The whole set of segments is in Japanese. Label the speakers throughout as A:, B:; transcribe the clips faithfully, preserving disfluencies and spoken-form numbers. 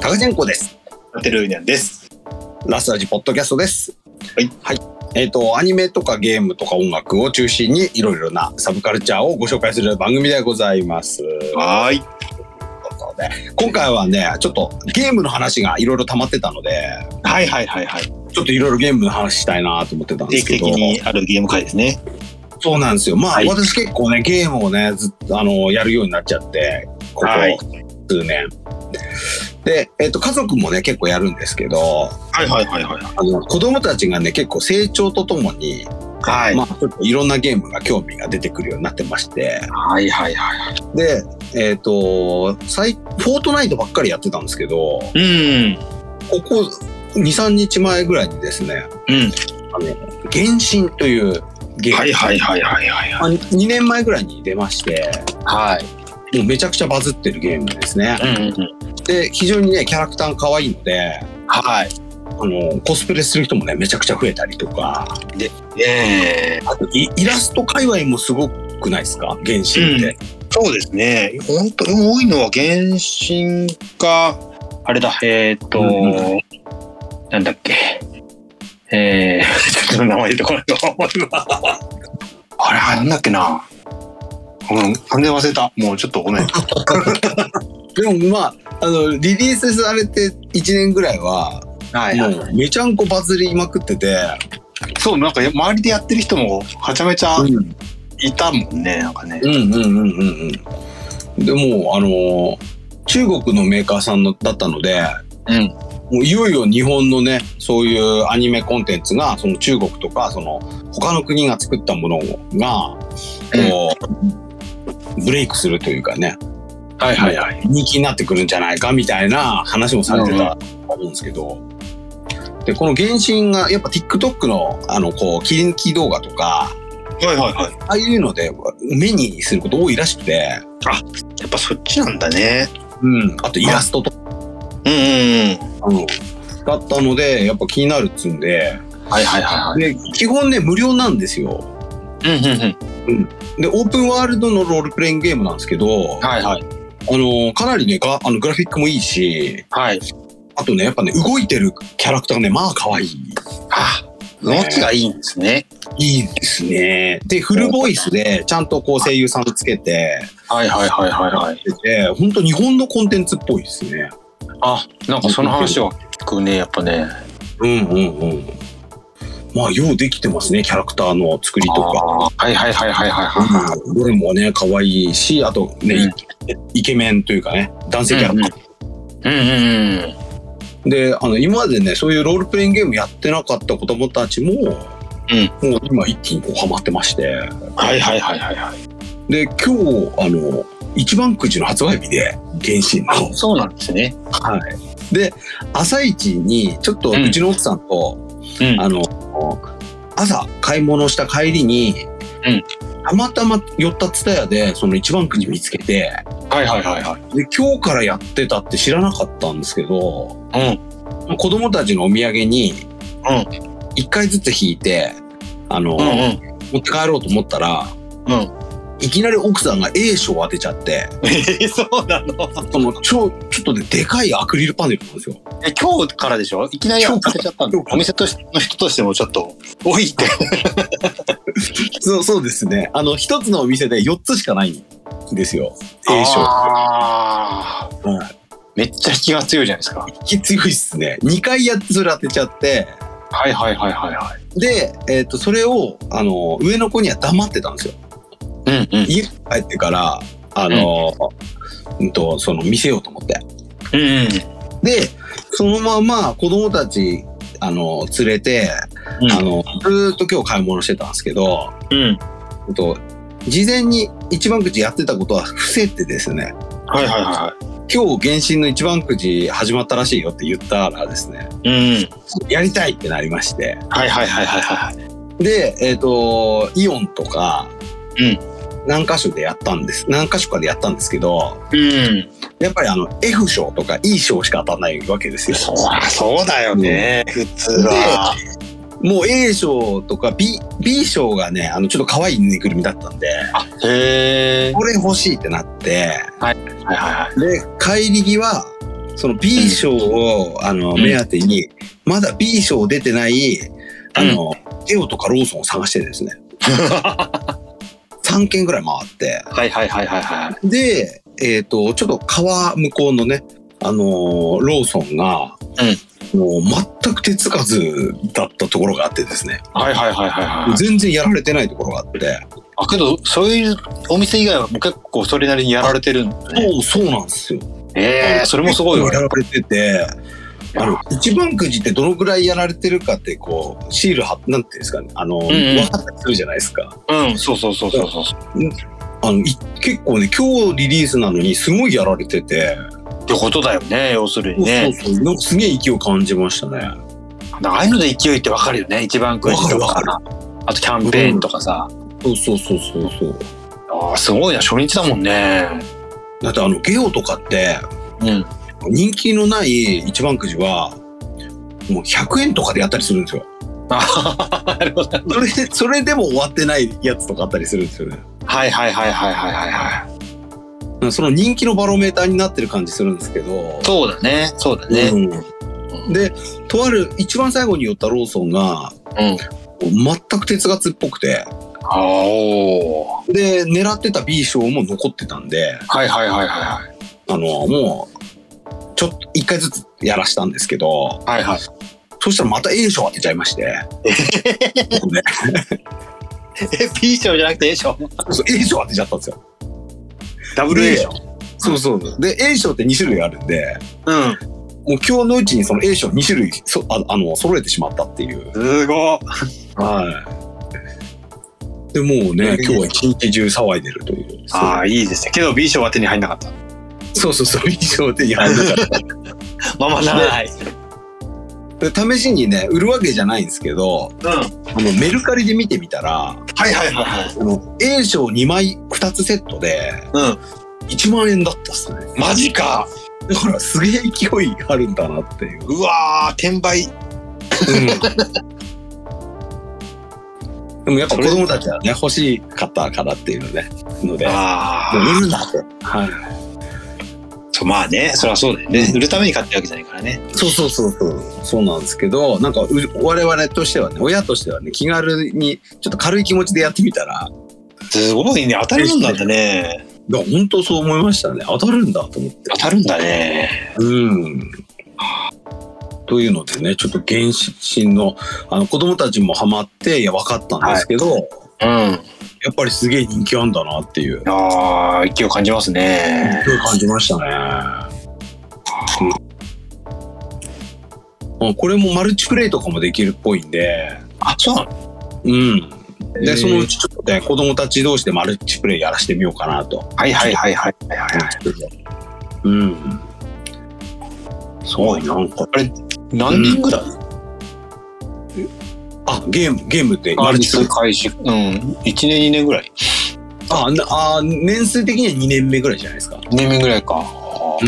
A: タカジェンコです。
B: テルーニャンです。
A: ラスラジポッドキャストです。
B: はい。
A: はい。えっと、アニメとかゲームとか音楽を中心にいろいろなサブカルチャーをご紹介する番組でございます。
B: はい。
A: 今回はね、ちょっとゲームの話がいろいろ溜まってたので、
B: はいはいはいはい。
A: ちょっといろいろゲームの話したいなと思ってたんですけど。
B: 定期的にあるゲーム会ですね。
A: そうなんですよ。まあ、
B: はい、
A: 私結構ね、ゲームをね、ずっとあの、やるようになっちゃって、ここ数年。はい、で、えっと、家族もね、結構やるんですけど、
B: はいはいはいはい。
A: あの、子供たちがね、結構成長とともに、
B: はい。
A: まあ、ちょっといろんなゲームが興味が出てくるようになってまして。
B: はいはいはい。
A: で、えっと、最、フォートナイトばっかりやってたんですけど、
B: うん。
A: ここに、さんにちまえぐらいにですね、
B: うん。
A: あの、原神というゲーム。
B: はいはいはいはいはい。
A: にねんまえぐらいに出まして、
B: はい。
A: もうめちゃくちゃバズってるゲームですね。
B: うんうんうん、
A: で、非常にね、キャラクターが可愛いので、
B: はい。
A: あの、コスプレする人もね、めちゃくちゃ増えたりとか。
B: で、え
A: ー、あとイ、イラスト界隈もすごくないですか？原神って。うん、
B: そうですね。本当に多いのは原神か、あれだ、えー、っと、うん、なんだっけ。えー、ちょっと名前出てこないと思うわ。あれ、なんだっけな。うん、完全忘れた。もうちょっとごめん。
A: でもまあ、あの、リリースされていちねんぐらいは、はいはい、もうめちゃんこバズりまくってて。
B: そう、なんか周りでやってる人もはちゃめちゃいたもんね、うん、なんかね。
A: うんうんうんうんうん。でも、あの、中国のメーカーさんのだったので、うん、もういよいよ日本のね、そういうアニメコンテンツが、その中国とか、その他の国が作ったものが、こう、うん、ブレイクするというかね、はいはいはい、人気になってくるんじゃないかみたいな話もされてたと思うんですけど、うん、でこの原神がやっぱ TikTok のあのこう切り抜き動画とか、はいはいはい、ああいうので目にすること多いらしくて、あ、
B: やっぱそっちなんだね。
A: うん、あとイラストとか、うんうんうん、だったのでやっぱ気になるっつうんで、はいはいはい、で基本ね無料なんですよ。うんうんうんうん、でオープンワールドのロールプレイングゲームなんですけど、はいはい、あのかなりねがあのグラフィックもいいし、はい、あとねやっぱね動いてるキャラクターがねまあ可愛い。
B: あ、動きがいいんですね。
A: いいですね。でフルボイスでちゃんとこう声優さんつけて、はいはいはいはいはい。で本当日本のコンテンツっぽいですね。
B: あ、なんかその話は聞くねやっぱね。うんうんうん。
A: まあ、ようできてますね、キャラクターの作りとか。
B: はいはいはいはいはいはい。
A: うん、どれもね、可愛いし、あとね、うん、イケメンというかね、男性キャラクター。うんうんうん、で、あの、今までね、そういうロールプレイングゲームやってなかった子供たちも、うん、もう今一気にこうハマってまして。
B: はいはいはいはいはい。
A: で、今日、あの、一番くじの発売日で、原神の。
B: あ、そうなんですね。
A: はい。で、朝一に、ちょっとうちの奥さんと、うん、あの、朝買い物した帰りに、うん、たまたま寄ったツタヤでその一番くじ見つけて、はいはいはいはい。で今日からやってたって知らなかったんですけど、うん、子供たちのお土産に一回ずつ引いて、あの、うんうん、持って帰ろうと思ったら、うん、いきなり奥さんが A 賞を当てちゃって。
B: えー、そうなの？
A: その超ちょっとねでかいアクリルパネルなんですよ。
B: え、今日からでしょ？いきなり当てちゃったんだ。お店としの人としてもちょっと多いって。
A: そうそうですね。あの一つのお店でよっつしかないんですよ。A 賞。あ
B: あ、うん。めっちゃ引きが強いじゃないですか。
A: 引き強いっすね。にかいやってそれ当てちゃって。
B: はいはいはいはいはい。
A: で、えっとそれをあの上の子には黙ってたんですよ。うんうん、家帰ってからあの、うん、とその見せようと思って、うんうん、でそのまま子供たちあの連れて、うん、あのずっと今日買い物してたんですけど、うん、と事前に一番くじやってたことは伏せてですね、はいはいはい、今日原神の一番くじ始まったらしいよって言ったらですね、うん、やりたいってなりまして、はいはいはいはいはい。でえっとイオンとか、うん、何箇所でやったんです何箇所かでやったんですけど、うん、やっぱりあの F 賞とか E 賞しか当たらないわけですよ。
B: そう、そうだよね、うん、普通は。
A: もう A 賞とか B, B 賞がねあのちょっと可愛いぬいぐるみだったんで、あ、へー、これ欲しいってなって、はいはいはいはい、で帰り際その B 賞を、あの、目当てに、まだ B 賞出てない、あの、ゲオとかローソンを探してですね。さんけんぐらい回って。
B: はいはいはいはいはい。
A: で、えっと、ちょっと川向こうのね、あのー、ローソンが、うん、もう全く手つかずだったところがあってですね。
B: はいはいはいはいはい。
A: 全然やられてないところがあって。
B: あ、けど、そういうお店以外はもう結構それなりにやられてるんだね。
A: そう、そうなんですよ。
B: ええー、それもすごいよね。
A: やられてて、あの、一番くじってどのぐらいやられてるかって、こう、シール貼って、なんていうんですかね、あの、うんうん、分かったりするじゃないですか。
B: うん、そうそうそうそうそう。
A: あの、結構ね、今日リリースなのにすごいやられてて。
B: ってことだよね、要するにね。
A: そうそう、なんかすげえ勢いを感じましたね。
B: ああいうので勢いってわかるよね、一番くじとか。あとキャンペーンとかさ。
A: うん、そうそうそうそう。
B: ああ、すごいな、初日だもんね。
A: だってあの、ゲオとかって、うん。人気のない一番くじはもうひゃくえんとかでやったりするんですよ。なるほど。それでそれでも終わってないやつとかあったりするんですよね。
B: はいはいはいはいはいはいはい。
A: その人気のバロメーターになってる感じするんですけど。
B: そうだねそうだね。
A: うん、でとある一番最後に寄ったローソンが、うん、全く鉄がつっぽくて。
B: あお。
A: で狙ってた B 賞も残ってたんで。
B: はいはいはいはいはい。
A: あのもう。ちょっと一回ずつやらしたんですけど、
B: はいはい。
A: そしたらまた A 賞当てちゃいまして。
B: え、B 賞じゃなくて A 賞？
A: そう、A 賞当てちゃったんですよ。
B: ダブル A 賞？
A: そうそう。で、A 賞ってに種類あるんで、
B: うん。もう
A: 今日のうちにその A 賞に種類そああの揃えてしまったっていう。
B: すごっ。
A: はい。でもうね、今日は一日中騒いでるという。
B: ああ、いいですね。けど B 賞は手に入んなかった。
A: そうそうそう、 B 賞手に入んなかった。
B: ままならない。
A: で試しにね売るわけじゃないんですけど、うん、あのメルカリで見てみたら、
B: はいはいはいはい、
A: あの A 賞にまいふたつセットで、うん、いちまんえんだったっすね。
B: マジか。
A: だからすげえ勢いあるんだなっていう。
B: うわー転売。うん。
A: でもやっぱ子供たちはね欲しかったからっていうので、ので、ああ、売るんだって。はい。
B: まあね、そりゃそうだよね。売るために買ってるわけじゃないからね。
A: そうそうそうそうそうなんですけど、なんか我々としてはね、親としてはね、気軽にちょっと軽い気持ちでやってみたら、
B: すごいね、当たるんだね。
A: いや本当そう思いましたね。当たるんだと思って。
B: 当たるんだね。
A: うん。というのでね、ちょっと原神のあの子供たちもハマっていや分かったんですけど、はい、うん。やっぱりすげえ人気あんだなっていう。
B: ああ、勢い感じますね。
A: 勢い感じましたね。うん、これもマルチプレイとかもできるっぽいんで。
B: あ、そうなの？
A: うん。で、そのうちちょっとね、子供たち同士でマルチプレイやらしてみようかなと。
B: はいはいはいはいはいはい。
A: うん。すごい、なんか。
B: あれ、何人ぐらい？うん
A: あ、ゲーム、ゲームって
B: マルチプレイ開始、うん、いちねんにねんぐらい。
A: ああ、年数的にはにねんめぐらいじゃないですか。
B: にねんめぐらいか。
A: うん。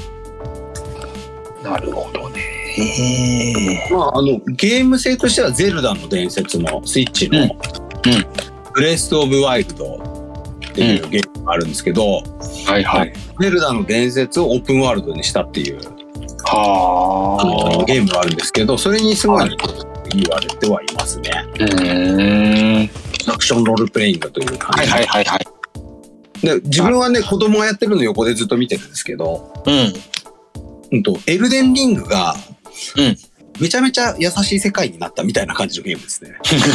B: なるほどね。へ
A: まあ、あの、ゲーム性としてはゼルダの伝説のスイッチの、うん。うん、ブレスオブワイルドっていうゲームがあるんですけど、うん、
B: はいはい。
A: ゼルダの伝説をオープンワールドにしたっていう、
B: は
A: あのゲームがあるんですけど、それにすごい、はい言われてはいますね。
B: うーん。
A: アクションロールプレイングという感じ。
B: はいはいはいはい。
A: で自分はね子供がやってるの横でずっと見てるんですけど、うん。うんとエルデンリングが、うん、めちゃめちゃ優しい世界になったみたいな感じのゲームですね。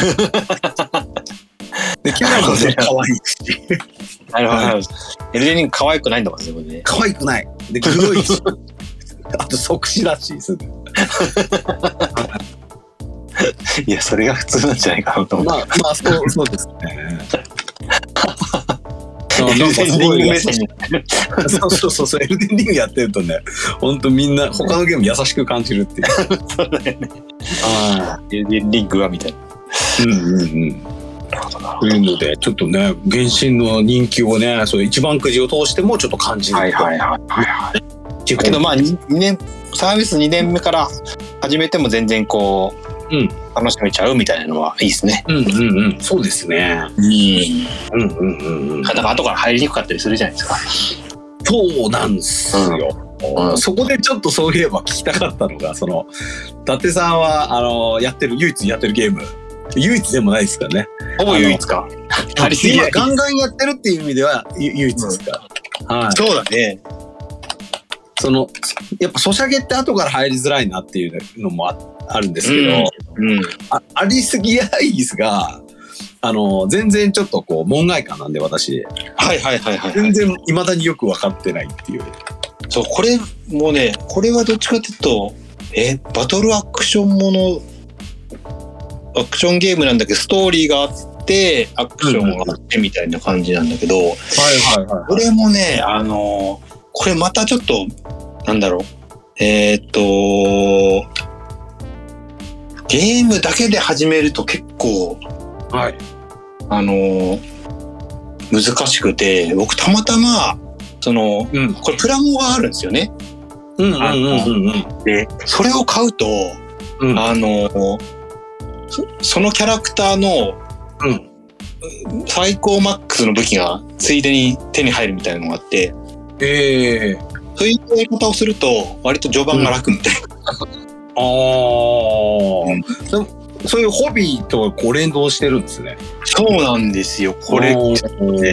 A: でキャラもね可愛いし。
B: なるほど。エルデンリング可愛くないんだもんね。
A: 可愛くない。で黒いし。あと即死だしすぐ。
B: いやそれが普通なんじゃないかなと思って。
A: まあまあそうそうですね。
B: エルデンリング目線に。
A: そうそうそうそうエルデンリングやってるとね、本当みんな他のゲーム優しく感じるっていう。
B: そうだよね。ああエルデンリングはみたいな。
A: うんうんうん。というのでちょっとね原神の人気をねそう一番くじを通してもちょっと感じる。
B: はいはいはいはい。だけどまあにねんサービスにねんめから始めても全然こう。うん、楽しめちゃうみたいなのはいいですね。
A: うんうんうん、そうですね。うん、うんうんうんうん。
B: なんか後から入りにくかったりするじゃないですか。
A: そうなんですよ。 うん、そこでちょっとそういえば聞きたかったのが、その伊達さんはあのやってる唯一やってるゲーム、唯一でもないですからね。
B: ほぼ唯一か。
A: ありすぎガンガンやってるっていう意味では唯一ですか、
B: うん、はい。そうだね。
A: そのやっぱソシャゲって後から入りづらいなっていうのも あ, あるんですけど、うんうん、あ, ありすぎやいですが、あの全然ちょっとこう門外漢なんで私、
B: はいはいはいはい、はい、
A: 全然未だによく分かってないっていう。
B: そうこれもね、これはどっちかっていうとえバトルアクションものアクションゲームなんだけど、ストーリーがあってアクションがあってみたいな感じなんだけど、うんうん、はいはいはい、はい、これもね、あのこれまたちょっとなんだろう、えー、っとゲームだけで始めると結構、はい、あの難しくて、僕たまたまその、うん、これプラモがあるんですよね。うんうんうんうん、でそれを買うと、うん、あのそ, そのキャラクターの、うん、最高マックスの武器がついでに手に入るみたいなのがあって、えーそういうやり方をすると割と序盤が楽みたいな、うん、あ
A: あ、うん、そういうホビーとこう連動してるんですね。
B: そうなんですよ。これ、ね、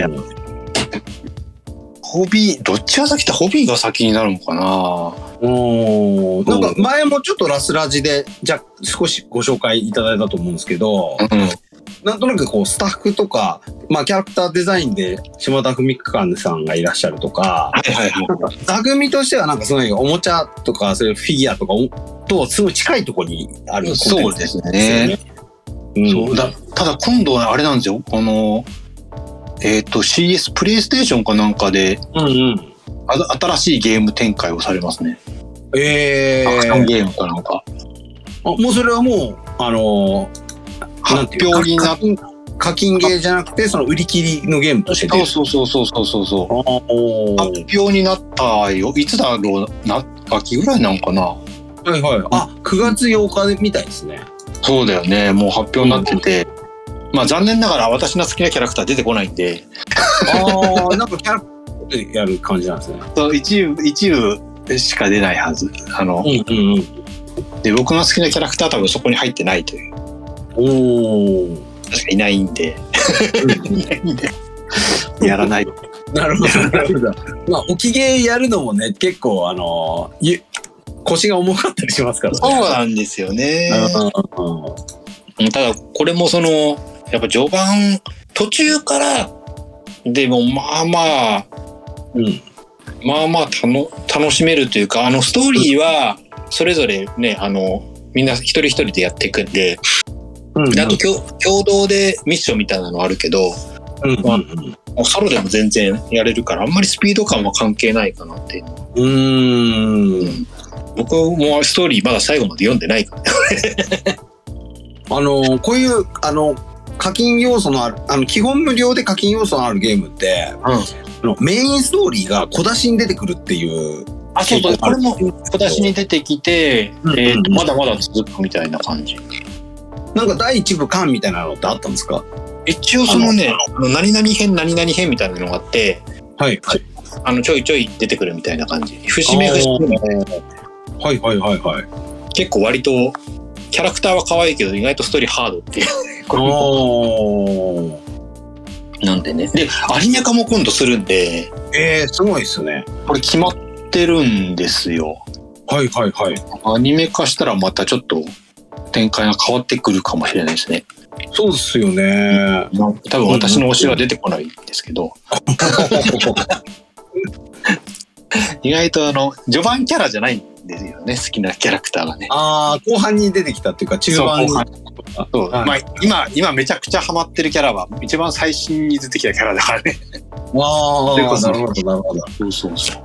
B: ホビーどっちが先ってホビーが先になるのかな。
A: うん、なんか前もちょっとラスラジでじゃ少しご紹介いただいたと思うんですけど、うん、なんとなくこうスタッフとか、まあ、キャラクターデザインで島田文香さんがいらっしゃるとか、はいはいはい、なんか座組としてはなんかすごいおもちゃとかそういうフィギュアとかとすごい近いところにあるコンテンツ、
B: そうですね、うん、そうだ。ただ今度はあれなんですよ、あのえっ、ー、と シーエス プレイステーションかなんかで、うんうん、あ新しいゲーム展開をされますね。えー、アクションゲームかなんか。
A: あ、もうそれはもうあのー
B: 発表になっ
A: 課金ゲーじゃなくてその売り切りのゲームとして出る。
B: そうそうそうそうそうそう発表になったよ。いつだろうな、秋ぐらいなんかな。
A: はいはい。あ、くがつようかみたいですね。
B: そうだよね。もう発表になってて、うん、まあ残念ながら私の好きなキャラクター出てこないんで。
A: ああ、なんかキャラクターやる感じなんですね。
B: そう、一部一部しか出ないはず。あの、うんうんうん、で僕が好きなキャラクターは多分そこに入ってないという。おお。確かいないんで。いないんで。やらない。
A: なるほどなるほど。まあ置きゲーやるのもね、結構あのー、腰が重かったりしますからね。
B: そうなんですよね。ただこれもそのやっぱ序盤途中からでもまあまあ、うん、まあまあたの楽しめるというか、あのストーリーはそれぞれね、あのみんな一人一人でやっていくんで。うんうん、あと共同でミッションみたいなのあるけど、うんうんうん、まあ、ソロでも全然やれるからあんまりスピード感は関係ないかなって。うーん、僕もストーリーまだ最後まで読んでないから
A: あのこういうあの課金要素のあるあの基本無料で課金要素のあるゲームって、うん、のメインストーリーが小出しに出てくるっていう。
B: あ、そうそう、これも小出しに出てきて、うんうん、えー、まだまだ続くみたいな感じ。
A: なんかだいいち部巻みたいなのってあったんですか？
B: 一応そのね、あの何々編何々編みたいなのがあって、はいはい、あのちょいちょい出てくるみたいな感じ。節目節目。
A: はいはいはいはい。
B: 結構割とキャラクターは可愛いけど意外とストーリーハードっていう。なんでね。でアニメ化も今度するんで。
A: えー、すごいですね。
B: これ決まってるんですよ。
A: はいはいはい。
B: アニメ化したらまたちょっと展開が変わってくるかもしれないですね。
A: そうですよね。
B: 多分私の推しは出てこないんですけど、意外とあの序盤キャラじゃないんですよね、好きなキャラクターがね。
A: ああ、後半に出てきたっていうか中盤に。そう、
B: そう、はい、まあ今今めちゃくちゃハマってるキャラは一番最新に出てきたキャラだからね。
A: わあ、なるほどなるほど。
B: そうそうそう。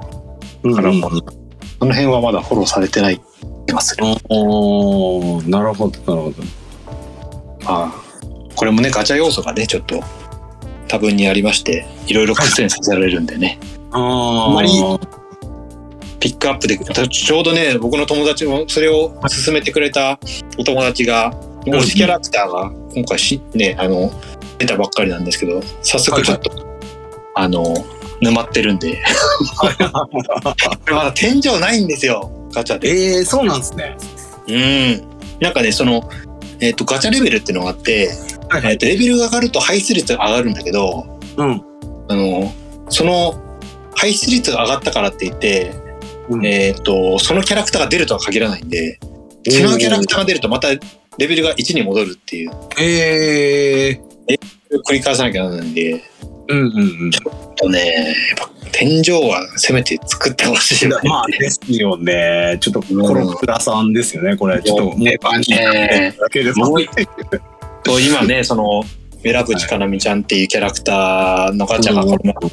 B: だからもう、うん、その辺はまだフォローされてない気がする。
A: おー、なるほどなるほど。
B: ああ、これもねガチャ要素がねちょっと多分にありまして、いろいろ苦戦させられるんでね。あんまりピックアップで、ちょうどね僕の友達もそれを勧めてくれたお友達が推しキャラクターが今回しねあの出たばっかりなんですけど、早速ちょっと、はいはい、あの沼ってるんでまだ天井ないんですよガチャで。
A: えー、そうなんですね。
B: うんなんかねその、えー、とガチャレベルっていうのがあって、はいはい、えー、とレベルが上がると排出率が上がるんだけど、うん、あのその排出率が上がったからって言って、うん、えー、とそのキャラクターが出るとは限らないんで、違うキャラクターが出るとまたレベルがいちに戻るっていう、えー、繰り返さなきゃならないんで、うんうんうん、ちょっとねやっぱ天井はせめて作ってほしいな。
A: まあですよね。ちょっとコロクラさんですよねこれ。ちょっと
B: ねねだけでもと今ねその村淵かなみちゃんっていうキャラクターのガチャがこれもあって、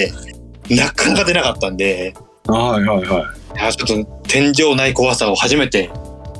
B: うん、なかなか出なかったんで、はいはいはい。いやちょっと天井ない怖さを初めて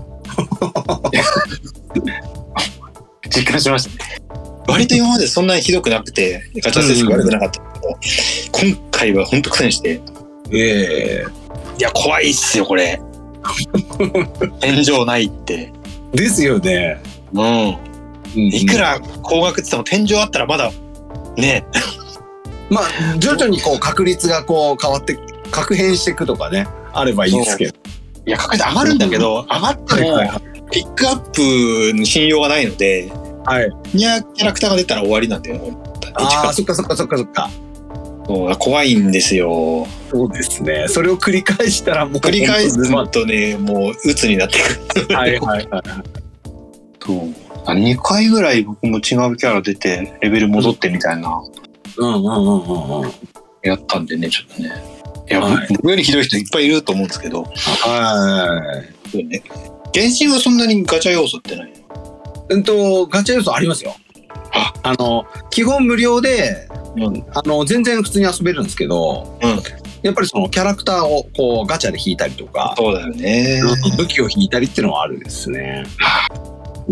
B: 実感しましたね。割と今までそんなにひどくなくてガチャ成績悪くなかったけど、うん、今回は本当苦戦して、えー、いや怖いっすよこれ天井ないって
A: ですよね。うん、
B: うん、いくら高額って言っても天井あったらまだね
A: まあ徐々にこう確率がこう変わって確変していくとかねあればいいですけど、
B: いや確率上がるんだけど、うん、上がっても、はいはいはい、ピックアップに信用がないので、はい、ニャーキャラクターが出たら終わりなんだよね。
A: ああそっかそっかそっかそっか。
B: そう怖いんですよ。
A: そうですね。それを繰り返したらもう
B: 繰り返すとねもう鬱になってくる。はいはいはい。そうにかいぐらい僕も違うキャラ出てレベル戻ってみたいな、うんうんうんうんうんやったんでねちょっとね。いや、はい、僕よりひどい人いっぱいいると思うんですけど。はい。そうね。原神はそんなにガチャ要素ってないの？
A: うんとガチャ要素ありますよ。あ、あの基本無料で、うん、あの全然普通に遊べるんですけど、うん、やっぱりそのキャラクターをこうガチャで引いたりとか、
B: そうだよね。
A: 武器を引いたりっていうのはあるですね。うん。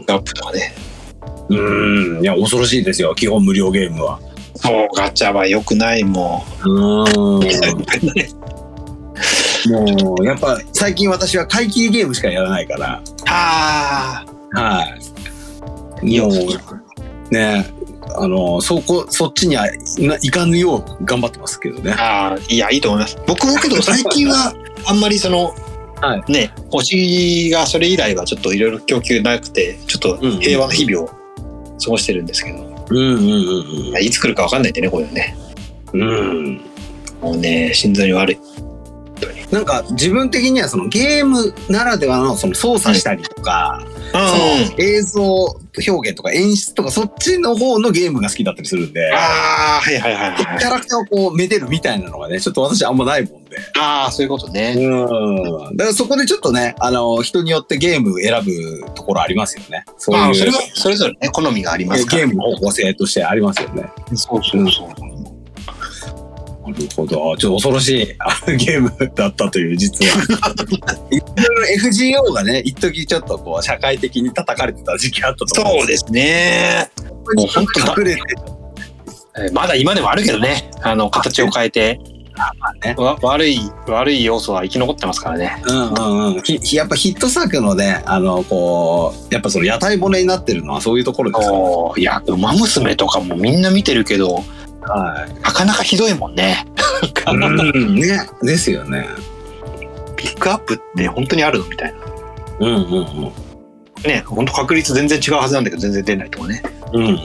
B: アップとかね。
A: うん。いや恐ろしいですよ。基本無料ゲームは。
B: そうガチャは良くないもん。うん。
A: もうやっぱ最近私は回帰ゲームしかやらないから。ああ。はい。もうねあのそこそっちにはいかぬよう頑張ってますけどね。
B: ああいやいいと思います。僕もけど最近はあんまりその、はい、ね推しがそれ以来はちょっといろいろ供給なくてちょっと平和な日々を過ごしてるんですけど、うんうんうんうん、いつ来るか分かんないんでねこういうのね。うん。もうね心臓に悪い。
A: なんか自分的にはそのゲームならではのその操作したりとか、はい、その映像表現とか演出とかそっちの方のゲームが好きだったりするんで、ああはいはいはい、はい、キャラクターをこうめでるみたいなのがねちょっと私あんまないもんで、
B: ああそういうことね。
A: うん。だからそこでちょっとねあの人によってゲーム選ぶところありますよね。
B: そういう、まあ、それはそれぞれね好みがありますから、ね、
A: ゲームの方向性としてありますよね。そうそうそう。うんなるほど。ちょっと恐ろしいゲームだったという実は。エフジーオー がね、一時ちょっとこう社会的に叩かれてた時期あったと思
B: うんです。そうですね。
A: もう本当隠れて。
B: まだ今でもあるけどね。あの形を変えて。まあね、わ悪い悪い要素は生き残ってますからね。
A: うんうんうん。ひやっぱヒット作のね、あのこうやっぱその屋台骨になってるのはそういうところですよね。
B: いや、ウマ娘とかもみんな見てるけど。はい、なかなかひどいもんね。
A: うんねですよね。
B: ピックアップって本当にあるのみたいな。うんうんうん。ね本当確率全然違うはずなんだけど全然出ないとかね。うんうんうん。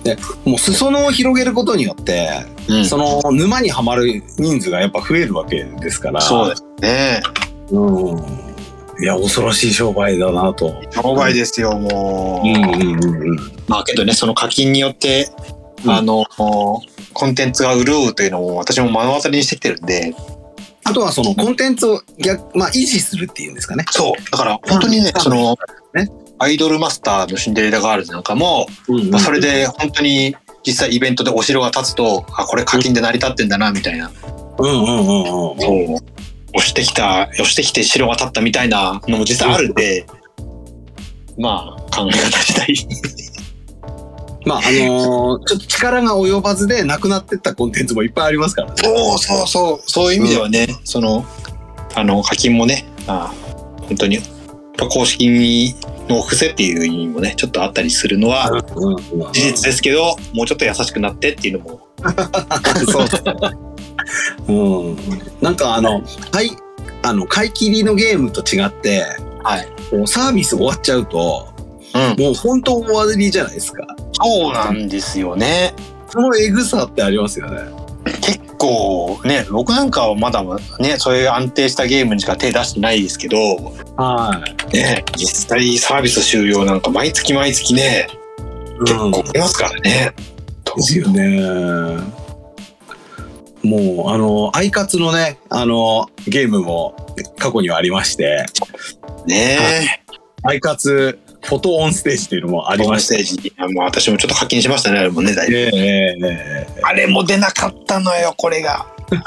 A: でもう裾野を広げることによって、うん、その沼にはまる人数がやっぱ増えるわけですから。
B: そうですね。
A: うん。いや恐ろしい商売だなと。
B: 商売ですよもう。うんうんうん。まあけどねその課金によって。あの、うん、コンテンツが潤うというのを私も目の当たりにしてきてるんで、
A: あとはそのコンテンツを逆、まあ、維持するっていうんですかね。
B: そうだから本当にね、うん、その、ね、アイドルマスターのシンデレラガールズなんかも、うんうんまあ、それで本当に実際イベントでお城が建つとあこれ課金で成り立ってんだなみたいな、うんうんうんうん、そう押してきた押してきて城が建ったみたいなのも実際あるんで、うん、まあ考え方次第
A: まああのー、ちょっと力が及ばずでなくなってったコンテンツもいっぱいありますからね。
B: そうそうそうそういう意味ではね、うん、そのあの課金もね、あ本当に公式の伏せっていう意味もねちょっとあったりするのは事実ですけど、もうちょっと優しくなってっていうのも
A: そううん、なんかあの、はい、あの買い切りのゲームと違って、はい、こうサービス終わっちゃうと、うん、もう本当終わりじゃないですか。
B: そうなんですよね。
A: そのエグさってありますよね。
B: 結構ね、僕なんかはまだね、そういう安定したゲームにしか手出してないですけど、はい。ね、実際サービス終了なんか毎月毎月ね、結構ありますからね。
A: ですよね。もうあのアイカツのね、あのゲームも過去にはありまして
B: ね、
A: アイカツフォトオンステージというのもありまして、
B: ステージ、もう私もちょっと課金しましたね、あれもね、だいぶ、えーえー、あれも出なかったのよ、これが。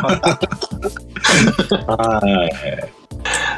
B: はい、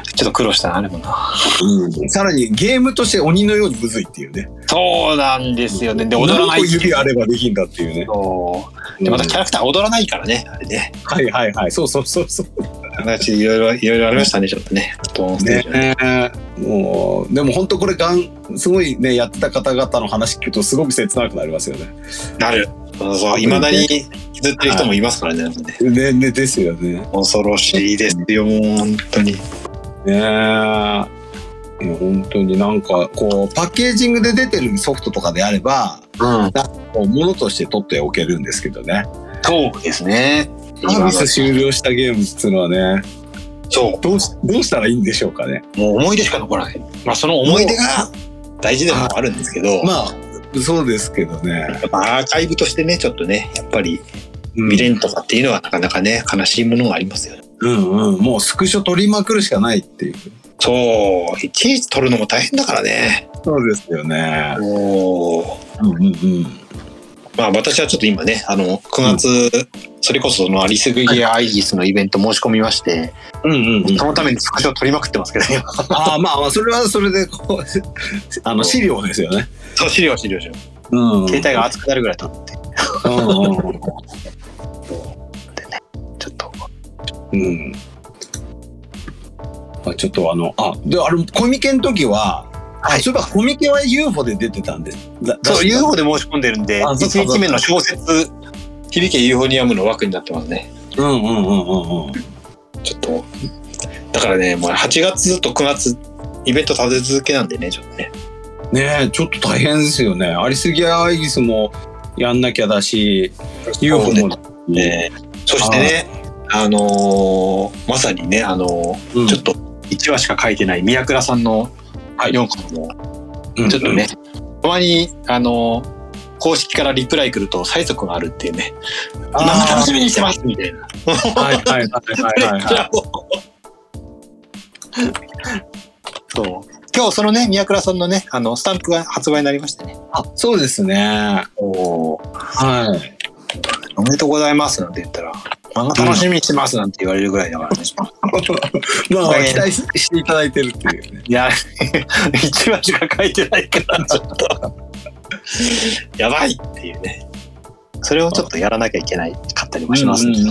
B: ちょっと苦労したな、あれもな、
A: うん、さらにゲームとして鬼のようにむずいっていうね。
B: そうなんですよね。で、踊らないっていう、
A: 指あればできんだっていうね。
B: そうで、またキャラクター踊らないからね、あれね。
A: はいはいはい、そうそうそうそう。
B: 話いろいろいろいろありましたね、ちょっとね。
A: ね、もうでも本当これがんすごいねやってた方々の話聞くとすごく切なくなりますよね。
B: なる。そう、いまだに引きずってる人もいますからね。
A: ねねですよね。
B: 恐ろしいですよ、もう本当に。ね
A: え。本当になんかこうパッケージングで出てるソフトとかであれば、うん、ものとして取っておけるんですけどね。
B: そうですね。
A: サービス終了したゲームっていうのはね、そうどうしどうしたらいいんでしょうかね。
B: もう思い出しか残らない。まあその思い出が大事でもあるんですけど、
A: まあそうですけどね。
B: アーカイブとしてね、ちょっとね、やっぱり見れんとかっていうのはなかなかね、悲しいものがありますよね。
A: うんうん、もうスクショ取りまくるしかないっていう。
B: そう、いちいち取るのも大変だからね。
A: そうですよね。
B: おー、うんうんうん。まあ私はちょっと今ね、あのくがつ、うん、それこそそのアリスグギアアイギスのイベント申し込みまして、うんうんうん、そのためにスクショ取りまくってますけど、
A: ああ、まあまあそれはそれでこうあの資料ですよね。
B: そう、資料資料資料。うん、携帯が熱くなるぐらい取って。うんうんうん、でね、ちょっと、うん。
A: あ、ちょっとあのあであれコミケの時は。はい、そういえばコミケは ユーフォ で出てたんです。
B: そう、ユーフォ で申し込んでるんで、いちにちめの小説「響けユーフォニアム」の枠になってますね。うんうんうんうんうん。ちょっとだからね、もうはちがつとくがつイベント立て続けなんでね、ちょっとね。
A: ねえ、ちょっと大変ですよね。アリスギアアイギスもやんなきゃだし、ユーフォ も
B: ね。そしてね、あのー、まさにね、あのーうん、ちょっといちわしか書いてない宮倉さんのよんこもちょっとね、たまにあの公式からリプライ来ると催促があるっていうね、今が楽しみにしてますみたいな。はいはいはいはいはい。そう。今日そのね、宮倉さんのね、あのスタンプが発売になりましてね。
A: あ、そうですね。
B: おはい。おめでとうございますなんて言ったら、漫画楽しみにしてますなんて言われるぐらいだからね。
A: まあ期待していただいてるっていうね。
B: いや、いちわしか書いてないからちょっとやばいっていうね。それをちょっとやらなきゃいけないかったりもしますね。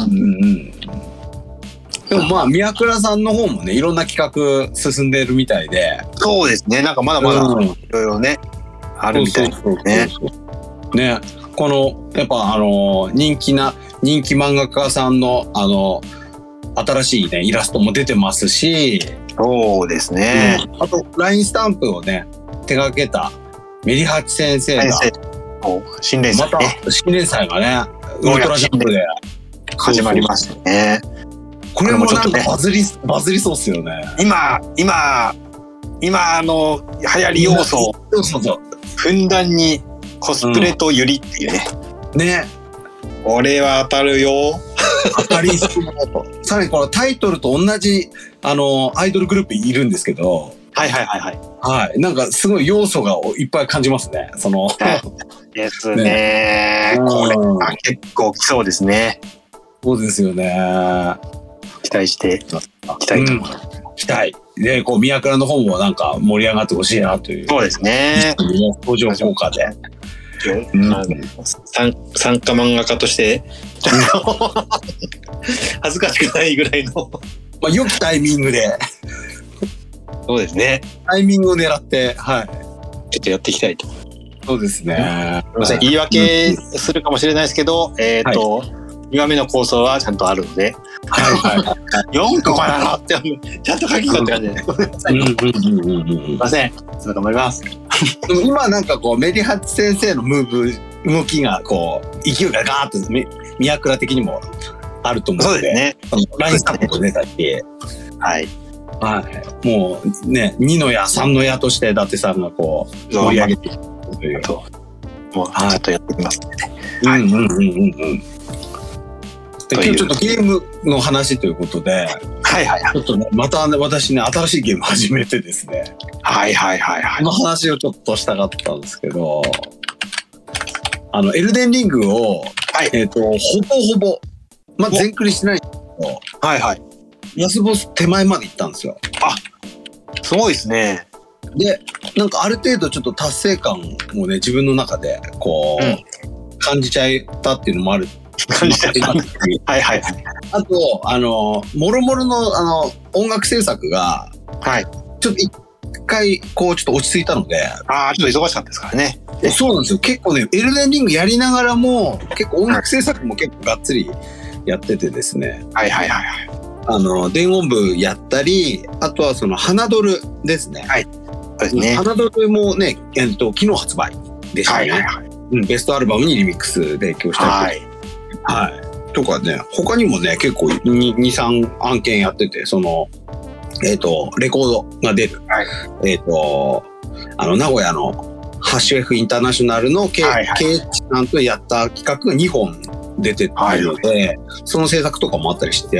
A: でもまあ宮倉さんの方もね、いろんな企画進んでるみたいで。
B: そうですね。なんかまだまだいろいろね、うん、あるみたいですね。
A: ね、このやっぱあの人気な人気漫画家さんのあの新しいねイラストも出てますし。
B: そうですね。
A: うん、あとラインスタンプをね手掛けたメリハチ先生が
B: 新連載、ね、
A: また新連載がねウルトラジャンプで
B: 始まりましたね。
A: これもなんかバズりバズりそうっすよね。
B: 今今今あの流行り要素をふんだんにコスプレとユリっていうね。
A: うん、ね。
B: これは当たるよ。
A: 当たりそう。さらにこのタイトルと同じあのアイドルグループいるんですけど。
B: はいはいはいはい。
A: はい。なんかすごい要素がいっぱい感じますね。その。
B: ですね。ね、これは結構きそうですね。
A: そうですよね。
B: 期待していきたいと思います。
A: うん、期待。で、こう宮倉の方もなんか盛り上がってほしいなという。
B: そうですね。
A: 登場効果で。
B: うん、参, 参加漫画家として恥ずかしくないぐらいの
A: まあ良きタイミングで
B: そうですね、
A: タイミングを狙って、はい、
B: ちょっとやっていきたいと
A: そうですね。
B: すみません、言い訳するかもしれないですけど、うん、えっ、ー、と、はい、にわめの構想はちゃんとあるので、はいはい、よんこまだろってちゃんと書き込んで感じで、ごめんなさい。すみません、それ頑張ります。
A: でも今なんかこうメリハチ先生のムーブ動きがこう勢いがガーッと宮倉的にもあると思うので、そうですね。ラインスタップ出たり、はい。はい、もうねにの矢さんの矢として伊達さんがこう盛り上げていくというと、
B: もうちょっとやってみますね。
A: はい、うんうんうんうんうん。今日ちょっとゲームの話ということで、はいはいはい。ちょっとねまたね私ね新しいゲーム始めてですね。
B: はいはいはいはい。
A: この話をちょっとしたかったんですけど、あのエルデンリングを、はい、えっ、ー、とほぼほぼまあ全クリしてないんですけど、はいはい。ラスボス手前まで行ったんですよ。
B: あ、すごいですね。
A: で、なんかある程度ちょっと達成感をね自分の中でこう、うん、感じちゃったっていうのもある。
B: 感じちゃった。はいはい。
A: あとあのもろもろのあの音楽制作が、はい、ちょっと一回こうちょっと落ち着いたので、
B: ああちょっと忙しかったですからね。
A: そうなんですよ。結構ねエルデンリングやりながらも結構音楽制作も結構がっつりやっててですね。
B: はいはいはいはい。
A: あの電音部やったり、あとはその花ドルですね。はい。そうですね。花ドルもね、えっと昨日発売でしたね。はいはいはい。うん、ベストアルバムにリミックスで提供したりとか、はい、はい。とかね、他にもね結構に、さん案件やってて、そのえっとレコードが出る、はい、えっとあの名古屋のハッシュ F インターナショナルの K さんとやった企画がにほん出てるので、はい、その制作とかもあったりして、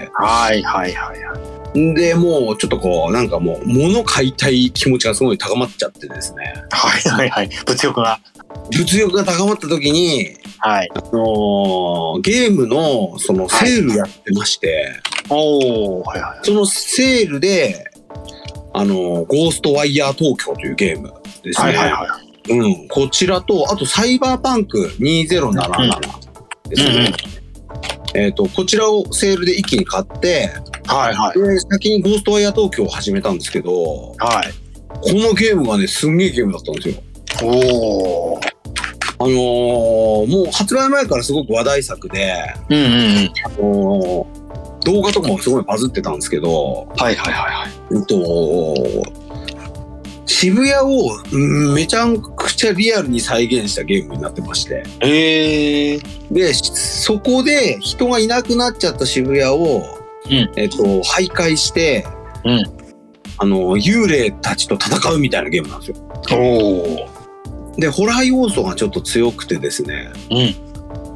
B: はいはいはいはい。
A: でもうちょっとこうなんかもう物買いたい気持ちがすごい高まっちゃってですね。
B: はいはいはい。物欲が
A: 物欲が高まった時に、はい、あのー、ゲームのそのセールやってまして、はい、おはいはい、そのセールであのー、ゴーストワイヤー東京というゲームですね。はいはいはい。うん、こちらとあとサイバーパンクにせんななじゅうなな。うんですね。うん、えっとこちらをセールで一気に買って、はいはい。で先にゴーストワイヤー東京を始めたんですけど、はい。このゲームがねすんげえゲームだったんですよ。おお。あのー、もう発売前からすごく話題作で、うんうんうん。あのー、動画とかもすごいバズってたんですけど、はいはいはいはい。えっと渋谷をめちゃくちゃリアルに再現したゲームになってまして、えー、でそこで人がいなくなっちゃった渋谷を、うん、えっと、徘徊して、うん、あの幽霊たちと戦うみたいなゲームなんですよ。おでホラー要素がちょっと強くてですね、うん、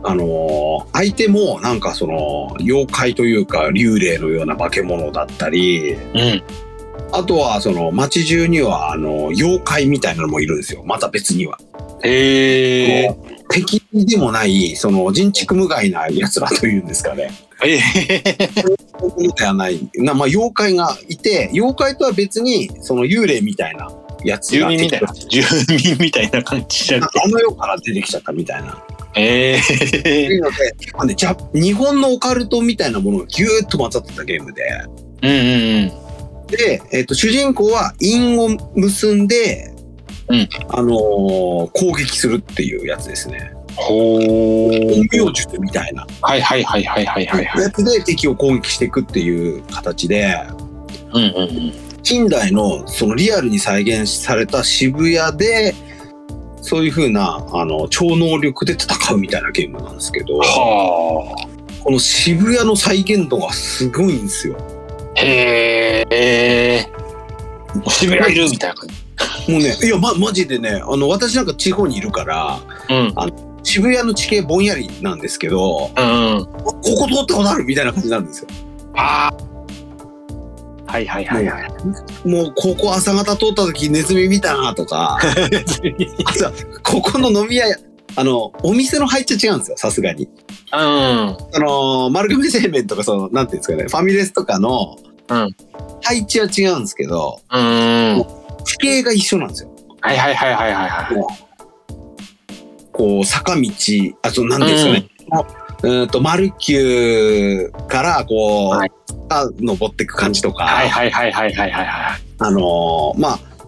A: あの相手もなんかその妖怪というか幽霊のような化け物だったり、うんあとはその街中にはあの妖怪みたいなのもいるんですよ。また別には。へえ。敵でもないその人畜無害な奴らというんですかね。ええ。ではないな、まあ妖怪がいて、妖怪とは別にその幽霊みたいなやつが
B: 住民みたいな住民みたいな感じじゃなくて、
A: あの世から出てきちゃったみたいな。ええ。というので、まあね、じゃ日本のオカルトみたいなものがギューッと混ざってたゲームで。うんうんうん。で、えーと、主人公は因を結んで、うん、あのー、攻撃するっていうやつですね。ほー。陰陽術みたいな。
B: はいはいはいはいはいはい、はい。
A: やつで敵を攻撃していくっていう形で、うんうんうん、近代のそのリアルに再現された渋谷で、そういう風なあの超能力で戦うみたいなゲームなんですけど、はー。この渋谷の再現度がすごいんですよ。
B: へえ。渋谷いるみたいな感
A: じ。もうね、いや、ま、マジでね、あの、私なんか地方にいるから、うん、あの渋谷の地形ぼんやりなんですけど、うん、ここ通ったことあるみたいな感じなんですよ。あ
B: あ。はいはいはいはい。
A: もう、ここ朝方通った時ネズミ見たなとか、あとここの飲み屋、あの、お店の配置は違うんですよ、さすがに。うん。あの、丸亀製麺とか、その、なんていうんですかね、ファミレスとかの、うん、配置は違うんですけど、うん、地形が一緒なんですよ。
B: はいはいはいはいはいはい。
A: こう坂道、あと何ですかね、うん、うんと丸久からこう、はい、登っていく感じとか、
B: はいはいはいはいはいはいはい。
A: あのー、まあ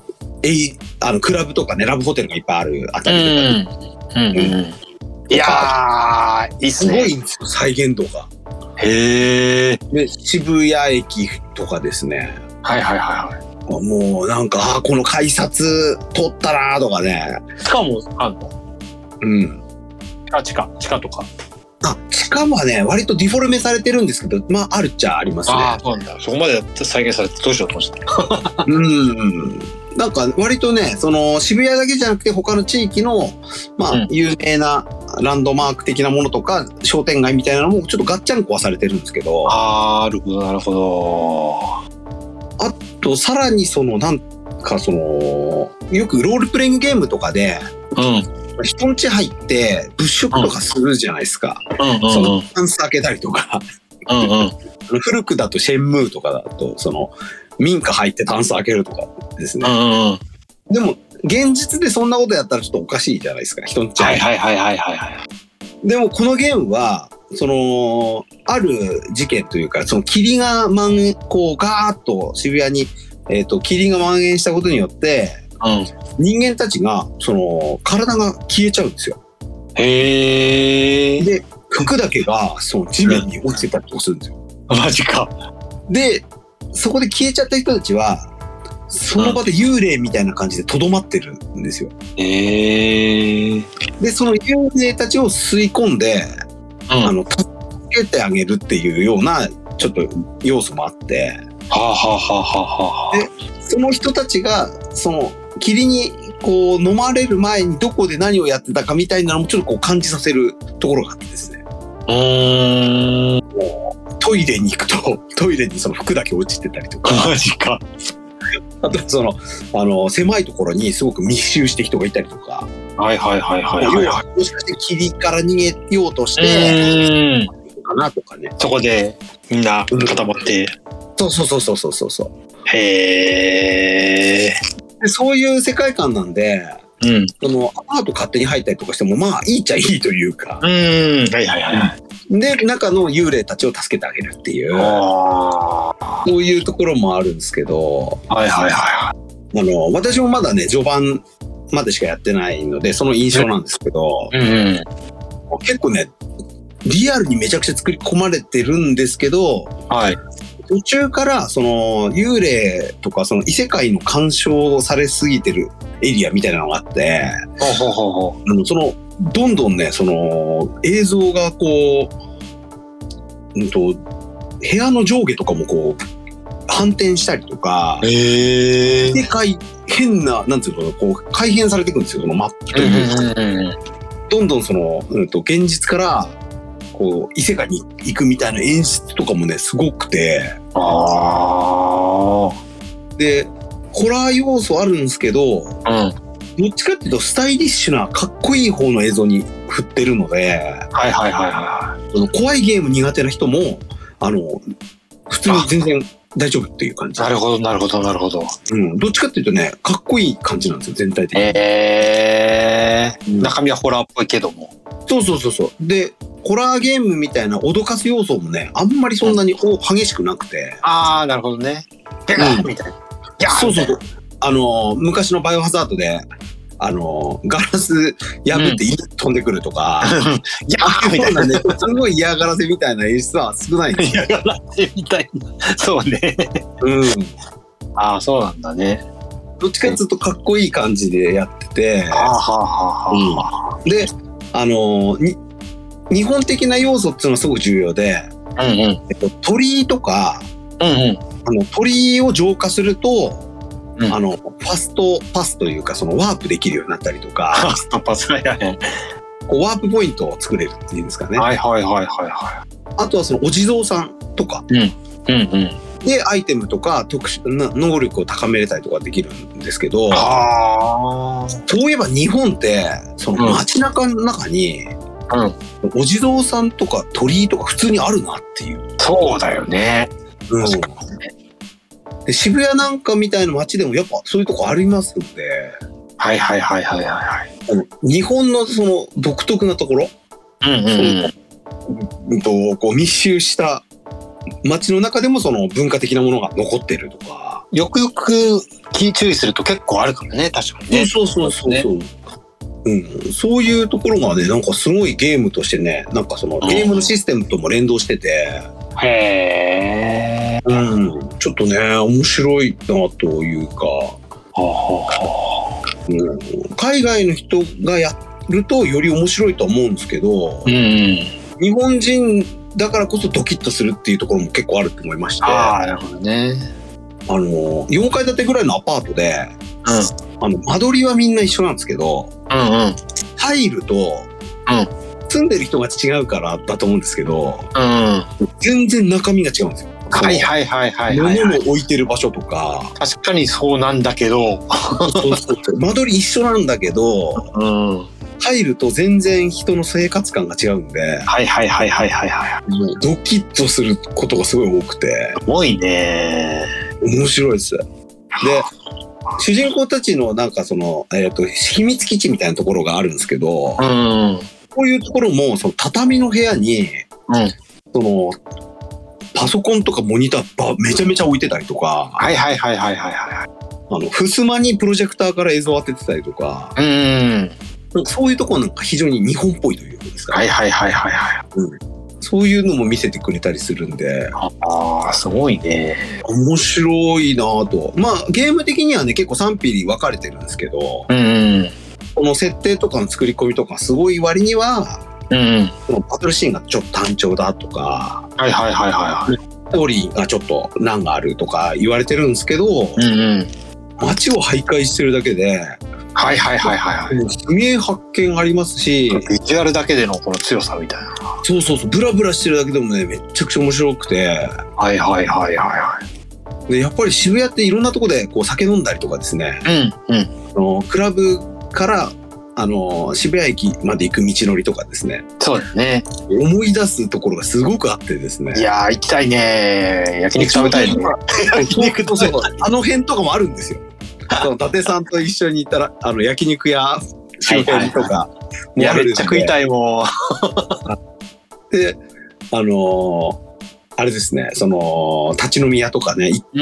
A: えいあのクラブとかねラブホテルがいっぱいあるあたりとか、
B: うんうんうん、いやーいいっすね。
A: すごいんですよ再現度が。
B: へえ。
A: で渋谷駅とかですね。
B: はいはいはいはい。
A: もうなんかあこの改札通ったなとかね。
B: 地下もあるの？
A: うん。
B: あ地下地下とか。
A: あ地下はね割とディフォルメされてるんですけどまああるっちゃありますね。
B: あそうなんだ。そこまで再現されてどうしようと思ってた。
A: うんなんか割とねその渋谷だけじゃなくて他の地域のまあ、うん、有名なランドマーク的なものとか商店街みたいなのもちょっとガッチャンコはされてるんですけど。
B: あーなるほどなるほど。
A: あとさらにそのなんかそのよくロールプレイングゲームとかで、うん、人ん家入って物色とかするじゃないですか。うんうんうん、そのタンス開けたりとか、うんうん、古くだとシェンムーとかだとその民家入ってタンス開けるとかですね。うんうん、でも現実でそんなことやったらちょっとおかしいじゃないですか人ん家。
B: はいはいはいはいはいはい。
A: でもこのゲームはそのある事件というかその霧が蔓延こうガーッと渋谷に、えーと、霧が蔓延したことによって、うん、人間たちがその体が消えちゃうんですよ。
B: へー。
A: で服だけがその地面に落ちてたりとかするんですよ。
B: マジか。
A: でそこで消えちゃった人たちはその場で幽霊みたいな感じでとどまってるんですよ。
B: へー。
A: でその幽霊たちを吸い込んで、うん、あの助けてあげるっていうようなちょっと要素もあって、
B: はあはあはあはあ、
A: でその人たちがその霧にこう飲まれる前にどこで何をやってたかみたいなのもちょっとこう感じさせるところがあってですね。うーんトイレに行くとトイレにその服だけ落ちてたりとか。
B: マジか。
A: あとそのあの狭いところにすごく密集して人がいたりとか。
B: はいはいはいはいはい、はい、
A: もしかして霧から逃げようとしてかなとかね。
B: そこでみんな固まって、
A: うん、そうそうそうそうそうそう。
B: へえ。
A: そういう世界観なんで、うん、そのアパート勝手に入ったりとかしてもまあいいっちゃいいというか。
B: うんはいはいはい。
A: で中の幽霊たちを助けてあげるっていうそういうところもあるんですけど、
B: はいはいはい。
A: あの私もまだね序盤までしかやってないのでその印象なんですけど、うんうん、結構ねリアルにめちゃくちゃ作り込まれてるんですけど、はい、途中からその幽霊とかその異世界の干渉されすぎてるエリアみたいなのがあって、ほうほうほうほう、あのそのどんどんねその映像がこう、うんと、部屋の上下とかもこう反転したりとか、へー、世界変ななんていうのこう改変されていくんですよそのマップというか、うんうんうん、どんどんその、うん、と現実からこう異世界に行くみたいな演出とかもねすごくて、あでホラー要素あるんですけど、うん、どっちかっていうとスタイリッシュなかっこいい方の映像に振ってるので、はいはいはいはい、その怖いゲーム苦手な人もあの普通に全然大丈夫っていう感じ。
B: なるほどなるほどなるほど。
A: うん、どっちかっていうとねかっこいい感じなんですよ全体的に。
B: えーうん、中身はホラーっぽいけども。
A: そうそうそうそう。でホラーゲームみたいな脅かす要素もねあんまりそんなに激しくなくて。
B: ああなるほどね。うん、みたいな。
A: そうそうそう。あの昔のバイオハザードであのガラス破って飛んでくるとか、うん、いやーみたいなねすごい嫌がらせみたいな演出は少ないんですよ。
B: 嫌がらせみたいな。そうね。うん。ああそうなんだね。
A: どっちかっていうとかっこいい感じでやってて、はあはあはあ、うん、であのに日本的な要素っていうのはすごく重要で、うんうんえっと、鳥居とか、うんうん、あの鳥居を浄化すると、うん、あのファストパスというかそのワープできるようになったりとか、
B: ファストパスはいはい
A: こうワープポイントを作れるっていうんですかね。
B: はいはいはいはいはい。
A: あとはそのお地蔵さんとか、うんうんうんでアイテムとか特殊な能力を高めれたりとかできるんですけど、あそういえば日本ってその街中の中に、うん、お地蔵さんとか鳥居とか普通にあるなっていう。
B: そうだよね。うん、
A: で渋谷なんかみたいな街でもやっぱそういうとこありますので、
B: はいはいはいはいはいはい。
A: あの日本のその独特なところ、うんうんうん、とこう密集した街の中でもその文化的なものが残ってるとか、
B: よくよく注意すると結構あるからね、確かにね。
A: そうそうそうそう、ね、うん、そういうところがね、なんかすごいゲームとしてね、なんかそのゲームのシステムとも連動してて、
B: うん、へ
A: ー、うん、ちょっとね面白いなというか、はあはあ、うん、海外の人がやるとより面白いと思うんですけど、うん、日本人だからこそドキッとするっていうところも結構あると思いまして。
B: ああ、なるほどね。
A: あのよんかい建てぐらいのアパートで、うん、あの間取りはみんな一緒なんですけど、うんうん、タイルと、うん、住んでる人が違うからだと思うんですけど、うん、全然中身が違うんですよ。
B: はいはいはいはいはい、
A: 物も置いてる場所とか。
B: 確かにそうなんだけど
A: そうそう間取り一緒なんだけど、うん、入ると全然人の生活感が違うんで、
B: はいはいはいはいはいはい、
A: もうドキッとすることがすごい多くて、
B: すごいね、
A: 面白いです。で主人公たちのなんかその、えーと、秘密基地みたいなところがあるんですけど、うん、こういうところもその畳の部屋に、うん、そのパソコンとかモニターめちゃめちゃ置いてたりとか、
B: はいはいはいはいはいはい、
A: あの襖にプロジェクターから映像を当ててたりとか、うん、そういうところなんか非常に日本っぽいというかですか、
B: はいはいはいはいはい、
A: うん、そういうのも見せてくれたりするんで、
B: ああすごいね、
A: 面白いなと。まあゲーム的にはね結構賛否に分かれてるんですけど、うん、この設定とかの作り込みとかすごい割には、うん、このバトルシーンがちょっと単調だとか、
B: はいはいはいはいはい、
A: ストーリーがちょっと難があるとか言われてるんですけど、うんうん、街を徘徊してるだけで、
B: はいはいはいはいはい、
A: すげえ発見ありますし、
B: ビジュアルだけでのこの強さみたいな、
A: そうそうそう、ブラブラしてるだけでもねめっちゃくちゃ面白くて、
B: はいはいはいはいはい、
A: でやっぱり渋谷っていろんなとこでこう酒飲んだりとかですね、うんうん、あのクラブからあの渋谷駅まで行く道のりとかですね、
B: そうですね、
A: 思い出すところがすごくあってですね、
B: いやー行きたいね、焼肉食べたいね
A: 焼肉とそうあの辺とかもあるんですよその伊達さんと一緒に行ったらあの焼肉屋周辺とか
B: もあるんで、いやめっちゃ食いたいも
A: うであのー、あれですね、その立ち飲み屋とかね、うん、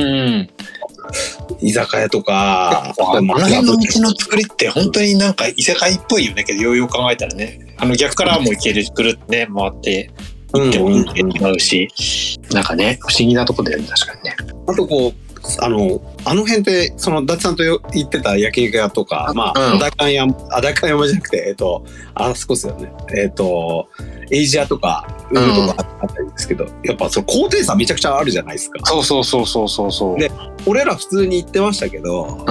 A: 居酒屋とか、
B: あの辺の道の作りって本当になんか異世界っぽいよね、けどようよう考えたらね、あの逆からも行ける、くるってね回って行ってもいいってなるし、なんかね不思議なとこだよね、確かにね。
A: あとこうあのあの辺ってその伊達さんと言ってた焼肉屋とか、まあ、うん、代官山あ代官山じゃなくてえっとあそこですよね、えっとエイジアとかウールとかあったりですけど、うん、やっぱその高低差めちゃくちゃあるじゃないですか。
B: そうそうそうそうそうそう。
A: で俺ら普通に行ってましたけど、うん、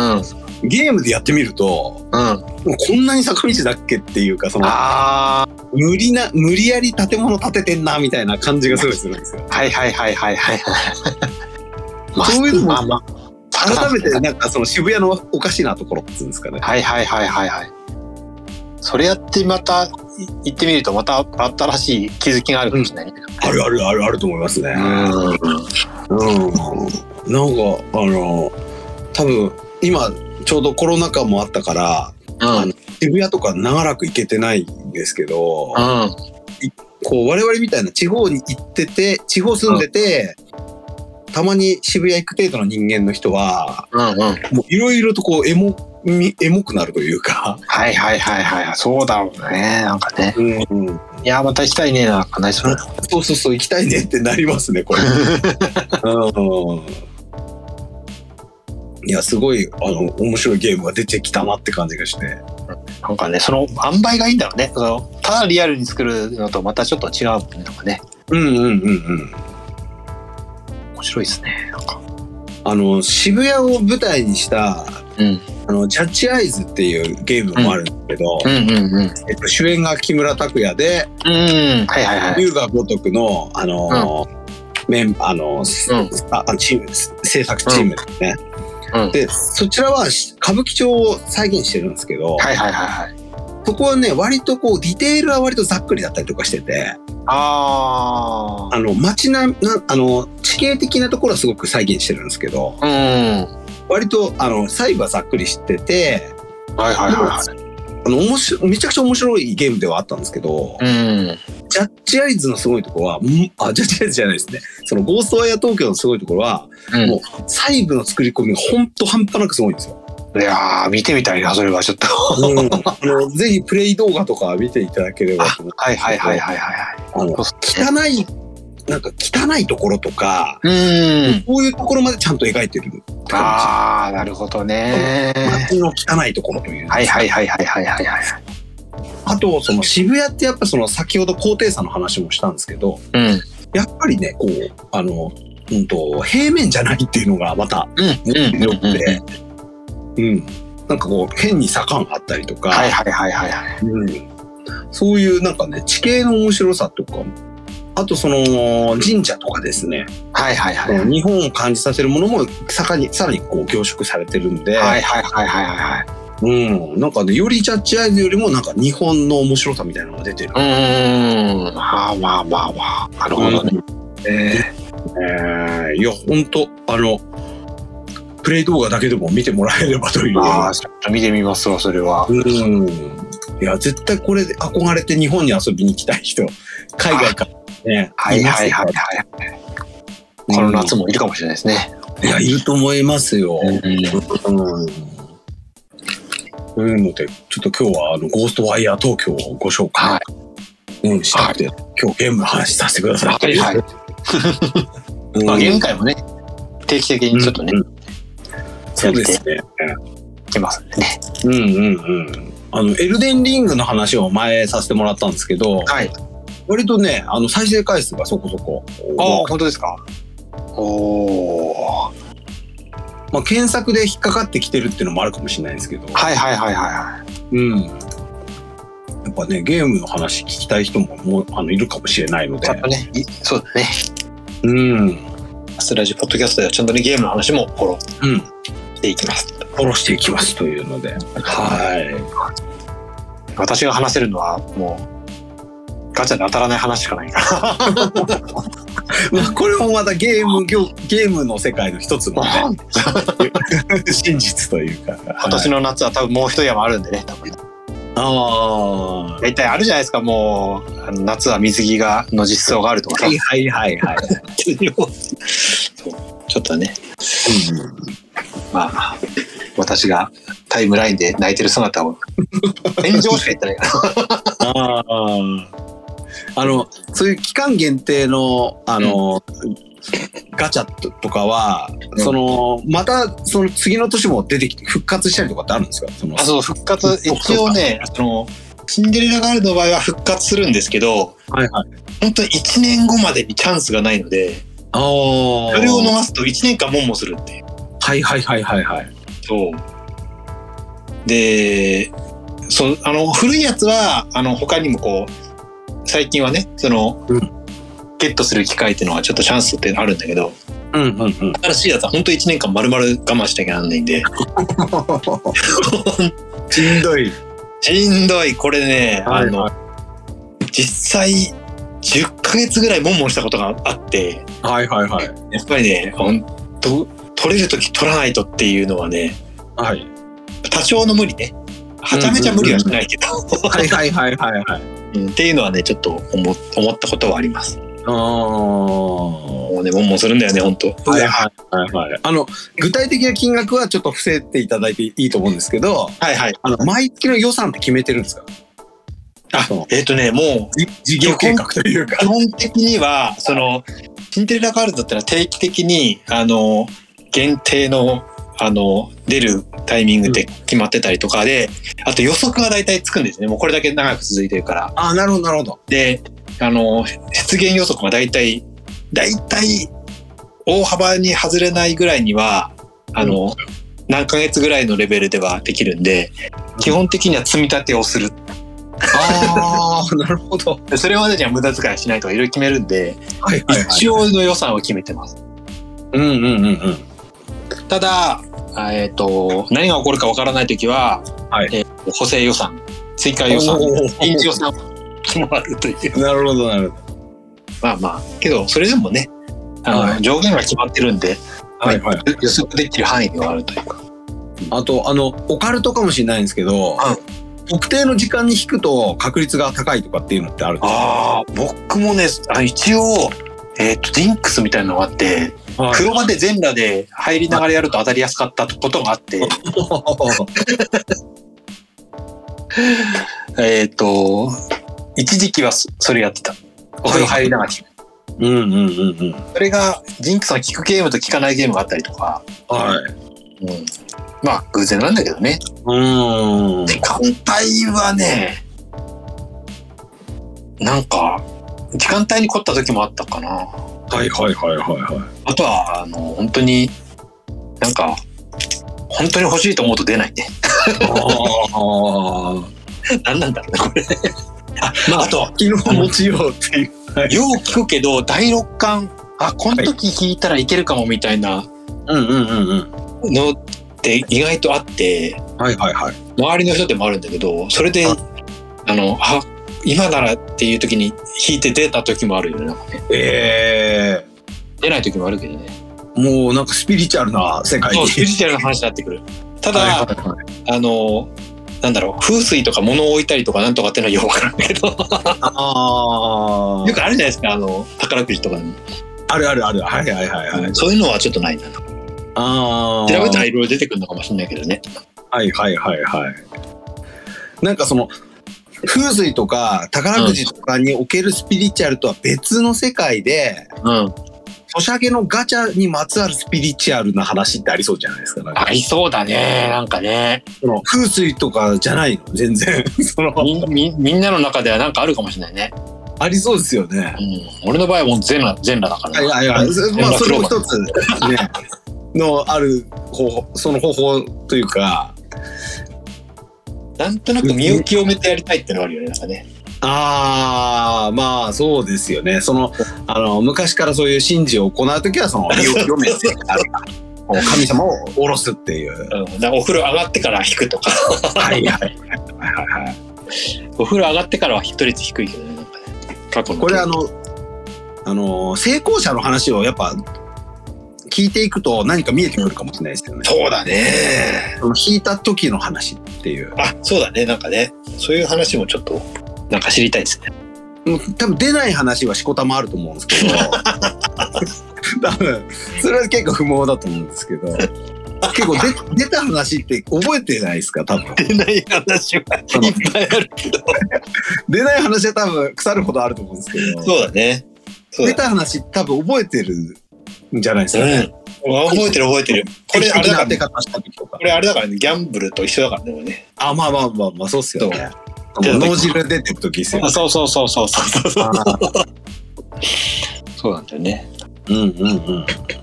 A: ゲームでやってみると、うん、もうこんなに坂道だっけっていうか、そのあ無理な無理やり建物建ててんなみたいな感じがすごいするんですよ。
B: はいはいはいはいはい
A: そういうのも、まあまあ、改めてなんかその渋谷のおかしなところっていうんですかね。
B: はいはいはいはいはい。それやってまた行ってみるとまた新しい気づきがあるかもしれないね。
A: うん、あるあるあるあると思いますね。うん。うん、なんかあの多分今ちょうどコロナ禍もあったから、うん、あの渋谷とか長らく行けてないんですけど、うん、こう我々みたいな地方に行ってて地方住んでて。うんたまに渋谷行く程度の人間の人は、うんうん、もういろいろとこうエモエモくなるというか、
B: はいはいはいはい、そうだろうね、なんかね、うんうん、いやまた行きたいね、なんかないそれ、
A: そうそうそう行きたいねってなりますねこれ、うん、いやすごいあの面白いゲームが出てきたなって感じがして、
B: なんかねその塩梅がいいんだろうね、そのただリアルに作るのとまたちょっと違うのとかね、
A: うんうんうんうん
B: 面白いですね。なんか
A: あの渋谷を舞台にした、うん、あのジャッジアイズっていうゲームもあるんですけど、うんうんうんうん、えっと、主演が木村拓哉で、うんはいはいはい、龍が如くのあの、うん、メンあの、うん、あチーム制作チームですね、うん、でそちらは歌舞伎町を再現してるんですけど、はいはいはいはい、そこはね割とこうディテールは割とざっくりだったりとかしてて、ああの街ななあの地形的なところはすごく再現してるんですけど、うん、割とあの細部はざっくりしてて、はいはいはい、 あの面白めちゃくちゃ面白いゲームではあったんですけど、
B: うん、
A: ジャッジアイズのすごいところは、あ、ジャッジアイズじゃないですね。そのゴーストワイヤー東京のすごいところは、うん、もう細部の作り込みが本当半端なくすごいんですよ。
B: いやー見てみたいなそれはちょっと、
A: うん、あのぜひプレイ動画とか見ていただければと思って。
B: はいはいはいはいはい。
A: あの汚いなんか汚いところとか、
B: うん、
A: こういうところまでちゃんと描いてる。
B: ああなるほどね。
A: 街の汚いところという。
B: はいはいはいはいはいはいはい。
A: あとその渋谷ってやっぱその先ほど高低差の話もしたんですけど、
B: うん、
A: やっぱりねこうあの、うんと、平面じゃないっていうのがまたよくて、うん、なんかこう変に坂があったりとか、
B: はいはいはいはいはい、
A: うん、そういうなんかね地形の面白さとか、あとその神社とかですね、
B: はいはいはい、
A: 日本を感じさせるものもさらにさらにこう凝縮されてるんで、
B: はいはいはいはいはい。
A: うん、なんかねよりジャッジアイズよりもなんか日本の面白さみたいなのが出てる。
B: うーん、まあまあまあまあ、なるほどね。
A: うん、えー、えー、いや本当あのプレイ動画だけでも見てもらえればという。
B: ああ、ちょっと見てみますわそれは。
A: うん、いや絶対これで憧れて日本に遊びに来たい人、海外からね、
B: はいはいはいはい。この夏もいるかもしれないですね。
A: いやいると思いますよ。うん。うんというのでちょっと今日はあのゴーストワイヤー東京をご紹介、はい、うん、したくて、はい、今日ゲームの話させてください。
B: はいはい。うん、まあゲーム会もね定期的にちょっとね、うんうん、
A: そうですね。
B: 来ますね。
A: うんうんうん。あのエルデンリングの話を前させてもらったんですけど、
B: はい、
A: 割とねあの再生回数がそこそこ。
B: ああ本当ですか。おお。
A: まあ、検索で引っかかってきてるっていうのもあるかもしれないですけど、
B: はいはいはいはい、
A: うん、やっぱねゲームの話聞きたい人ももうあのいるかもしれないので、
B: ね、そうだね。
A: うん。
B: スラジポッドキャストではちゃんとねゲームの話もフォローしていきます。
A: フォローしていきますというので、
B: はい。私が話せるのはもうガチャで当たらない話しかないから。
A: まあこれもまたゲームゲームの世界の一つのね真実というか、
B: 今年の夏は多分もう一山あるんでね多分。
A: ああ。
B: 大体あるじゃないですか、もうあの夏は水着がの実装があるとか。
A: はいはいはいはい。
B: ちょっとね、うん、まあ私がタイムラインで泣いてる姿を炎上しか言ってないから。
A: ああ。あのそういう期間限定のあの、うん、ガチャとかは、うん、そのまたその次の年も出てきて復活したりとかってあるんですか？その
B: あそう復活一応ね、そのシンデレラガールの場合は復活するんですけど、
A: はいはい、
B: 本当にいちねんごまでにチャンスがないので、
A: あ
B: それを逃すといちねんかんモンモするっていう。
A: はいはいはいはいはい。
B: そうで、そあの古いやつはあの他にもこう最近はねその、うん、ゲットする機会っていうのはちょっとチャンスってあるんだけど、
A: うんうんうん、
B: 新しいやつは本当いちねんかん丸々我慢しなきゃなんないんで
A: しんどい
B: しんどいこれね、はいはい、あの実際じゅっかげつぐらいモンモンしたことがあって、
A: はいはいはい、
B: やっぱりね本当取れる時取らないとっていうのはね、
A: はい、
B: 多少の無理ねはちゃめちゃ無理はしないけど、
A: うんうんうん、はいはいはいはいはい
B: うん、っていうのはねちょっと 思, 思ったことはあります。
A: あも
B: うねモンモンするんだよね本当。
A: はいはいはいはい。あの具体的な金額はちょっと伏せていただいていいと思うんですけど、
B: はいはい。
A: あの毎月の予算って決めてるんですか？
B: あえっ、ー、とねもう
A: 事業計画というか
B: 基本的にはそのシンデレラガールだったら定期的にあの限定のあの出るタイミングって決まってたりとかで、うん、あと予測が大体つくんですね。もうこれだけ長く続いてるから。
A: あなるほどなるほど。
B: であの出現予測が大体大体大幅に外れないぐらいにはあの、うん、何ヶ月ぐらいのレベルではできるんで、うん、基本的には積み立てをする。
A: ああなるほど。
B: それまでには無駄遣いしないとかいろいろ決めるんで、
A: はいはいはい、
B: 一応の予算を決めてます。
A: うんうんうんうん。
B: ただ、えー、と何が起こるかわからないときは、はい、えー、補正予算、追加予算、臨時予算もあるという。
A: なるほどなるほど。
B: まあまあけどそれでもね、あの、はい、上限が決まってるんで、はいはい、予測できる範囲ではあるというか。
A: あとあのオカルトかもしれないんですけど、 特定の時間に引くと確率が高いとかっていうのってあるんですか？
B: ああ、僕もね、あ一応、えっと、ジンクスみたいなのがあって、はい、黒場で全裸で入りながらやると当たりやすかったことがあって、えっと、一時期はそれやってた。お風呂入りながら。
A: うんうんうんうん。
B: それが、ジンクスが効くゲームと効かないゲームがあったりとか。
A: はい。
B: うん、まあ、偶然なんだけどね。
A: うん。
B: 時間帯はね、なんか、時間帯に凝った時もあったかな。
A: はいはいはいはいはい。
B: あとは、あの、本当に、なんか、本当に欲しいと思うと出ないね。ああ。何なんだろうね、これ。あ、まあ、あと、
A: 昨日持ちようっていう。
B: よう聞くけど、だいろっかん、あ、この時弾いたらいけるかもみたいなのって意外とあって、
A: はいはいはい。
B: 周りの人でもあるんだけど、それで、あの、あ、今ならっていう時に弾いて出た時もあるよね、なんかね。
A: ええ
B: ー。出ない時もあるけどね。
A: もうなんかスピリチュアルな世界に。
B: そう、スピリチュアルな話になってくる。ただ、はいはいはい、あの、なんだろう、風水とか物を置いたりとかなんとかっていうのはよくわからんけど。あよくあるじゃないですか、あの、宝くじとかに。
A: あるあるある。はいはいはいはい。
B: そういうのはちょっとないな。ああ。調べたらいろいろ出てくるのかもしれないけどね。
A: はいはいはいはい。なんかその、風水とか宝くじとかにおけるスピリチュアルとは別の世界で、うん。ソシャゲのガチャにまつわるスピリチュアルな話ってありそうじゃないですか。
B: ありそうだね、なんかね。
A: その風水とかじゃないの、全然。その
B: み, み, みんなの中ではなんかあるかもしれないね。
A: ありそうですよね。
B: うん、俺の場合はもう全裸、全裸だから。
A: いやいや、まあそれも一つねのある方法、その方法というか、
B: なんとなく身を清めてやりたいってのがあるよね、なんかね。
A: ああ、まあそうですよね。そのあの昔からそういう神事を行うときはその身を清めて神様を下ろすっていう。
B: うん、だお風呂上がってから引くとか。はいはいはいはい。お風呂上がってからは一率低いけどね、なんかね。過去の。
A: これあのあの成功者の話をやっぱ聞いていくと何か見えてくるかもしれないですよね。
B: そうだね。
A: その引いた時の話っていう。
B: あ、そうだね。なんかね、そういう話もちょっと。なんか知りたいですね。
A: もう多分出ない話はしこたまあると思うんですけど多分それは結構不毛だと思うんですけど結構出, 出た話って覚えてないですか？多分
B: 出ない話はいっぱいあるけど
A: 出ない話は多分腐るほどあると思うんですけど。
B: そうだね。そうだね。
A: 出た話多分覚えてるんじゃないですかね。
B: うん、覚えてる覚えてる。これあれだから、ね、
A: こ
B: れあれだからね、ギャンブルと一緒だからね。
A: あ、まあまあまあまあ、そうっすよね。脳汁出てる時ですよね。
B: そうそうそうそうそうそう。そうなんだよね。
A: うんうんうん。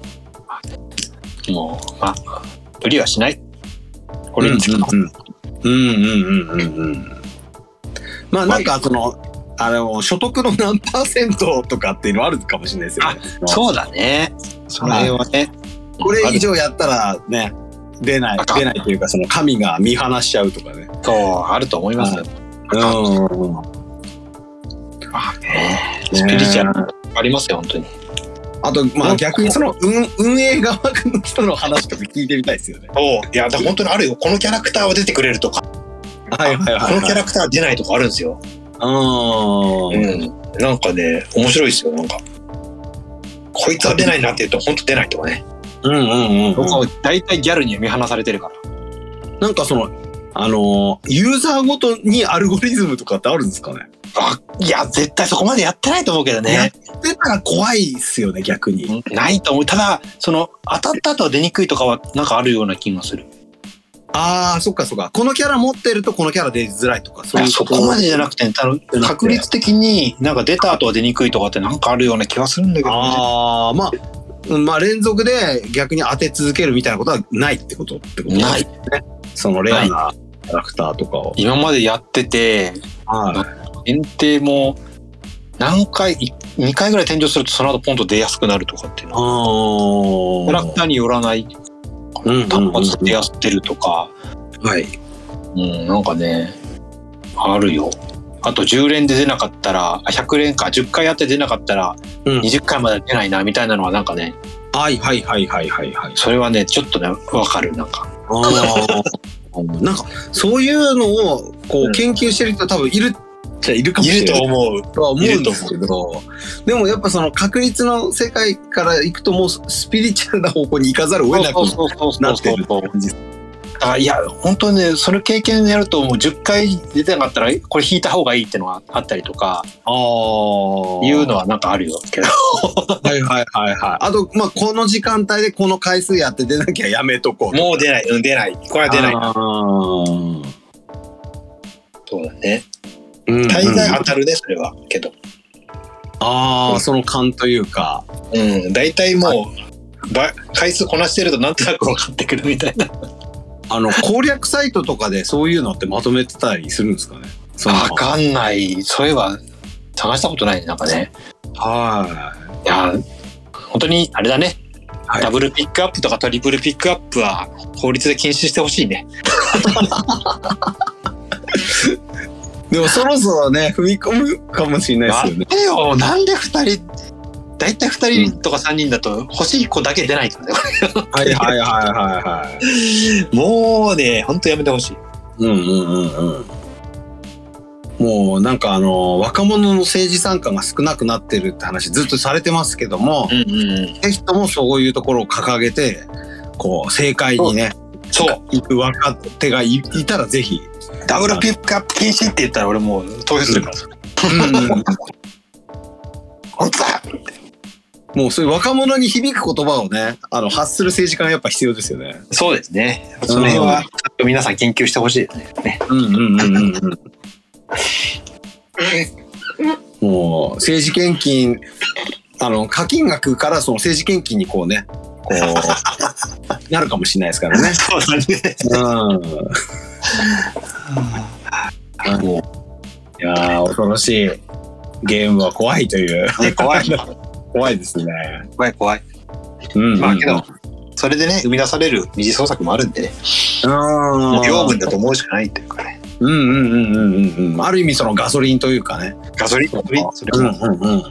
B: もうまあ無理はしない。これにつくの。
A: うんうんうんうんうん。まあなんかそのあの所得の何パーセントとかっていうのはあるかもしれないですよね。
B: あ、そうだね。その辺はね。
A: これ以上やったらね出ない出ないというかその神が見放しちゃうとかね。
B: そうあると思いますよ。うん。まあね、スピリチュアルありますよ本当に。
A: あとまあ逆にその運運営側の人の話とか聞いてみたいですよね。
B: おいやだ本当にあるよ。このキャラクターは出てくれるとか。
A: はいはいはい、はい。
B: このキャラクターは出ないとかあるんですよ。
A: ああ。
B: うん。なんかね面白いですよなんか。こいつは出ないなって言うと本当出ないとかね。
A: うんうんうん、うん。
B: 僕は大体ギャルには見放されてるから。
A: なんかその。あのユーザーごとにアルゴリズムとかってあるんですかね？
B: あ、いや絶対そこまでやってないと思うけどね。
A: やってたら怖いっすよね逆に。
B: ないと思う。ただその当たった後は出にくいとかはなんかあるような気がする。
A: ああそっかそっか。このキャラ持ってるとこのキャラ出づらいとか
B: そういうこと。そこまでじゃなくて、確率的になんか出た後は出にくいとかってなんかあるような気がするんだけどね。
A: ああまあまあ連続で逆に当て続けるみたいなことはないってことってことですね。ない。そのレアな。キャラクターとかを
B: 今までやってて、はい、限定も何回にかいぐらい転生するとその後ポンと出やすくなるとかっていうのはキャラクターによらない単発でやってるとか、
A: はい、
B: うん、なんかねあるよ。あとじゅう連で出なかったらひゃく連かじゅっかいやって出なかったらにじゅっかいまで出ないなみたいなのはなんかね、
A: はいはいはいはいはいはい。
B: それはねちょっとね分かるなんか。
A: あなんかそういうのをこう研究してる人多分いるっちゃいるかもしれない。
B: いると思う。
A: とは思うんですけど、でもやっぱその確率の世界から行くともうスピリチュアルな方向に行かざるを得なくなってるって感じです。
B: あ、いや本当にね、その経験やるともうじゅっかい出てなかったらこれ引いた方がいいっていうのがあったりとか、あいうのはなんかあるよけど
A: はいはいはいはい。あとまあこの時間帯でこの回数やって出なきゃやめとこう。
B: もう出ない、うん、出ない、これは出ない。あそうだね。大概当たるね、それはけど。
A: ああ、うん、その勘というか。
B: うん、大体もうば回数こなしてるとなんとなく分かってくるみたいな。
A: あの攻略サイトとかでそういうのってまとめてたりするんですかね。
B: 分かんない。そういえば探したことないね、なんかね。はい。いや本当にあれだね。はい、ダブルピックアップとかトリプルピックアップは法律で禁止してほしいね。
A: でもそろそろね踏み込むかもしれないですよね。
B: 待ってよ、なんでふたり、だいたいふたりとかさんにんだと欲しい子だけ出ないからね。
A: はいはいはいはいはい。
B: もうね、ほんとやめてほしい。
A: うんうんうんうん。もうなんかあの若者の政治参加が少なくなってるって話ずっとされてますけども、うんうん、ぜひともそういうところを掲げてこう政界にね、そう行く若手が い, いたらぜひ。
B: ダブルピックアップ禁止って言ったら俺もう投票するから。本当だ。
A: もうそういう若者に響く言葉をね、あの発する政治家がやっぱ必要ですよね。
B: そうですね。その辺はちょっと皆さん研究してほしいですね。うんうんうんうん。
A: もう政治献金、あの課金額からその政治献金にこうね、こうなるかもしれないですからね。そうだね。うん。もういやー恐ろしいゲームは怖いという。
B: 怖い。
A: 怖いですね。
B: 怖い怖い。うん、うん。まあけどそれでね生み出される二次創作もあるんでね。うん。もう養分だと思うしかないというかね。
A: うんうんうんうんうん。ある意味そのガソリンというかね。
B: ガソリンガソリン。それも。うんうんうん。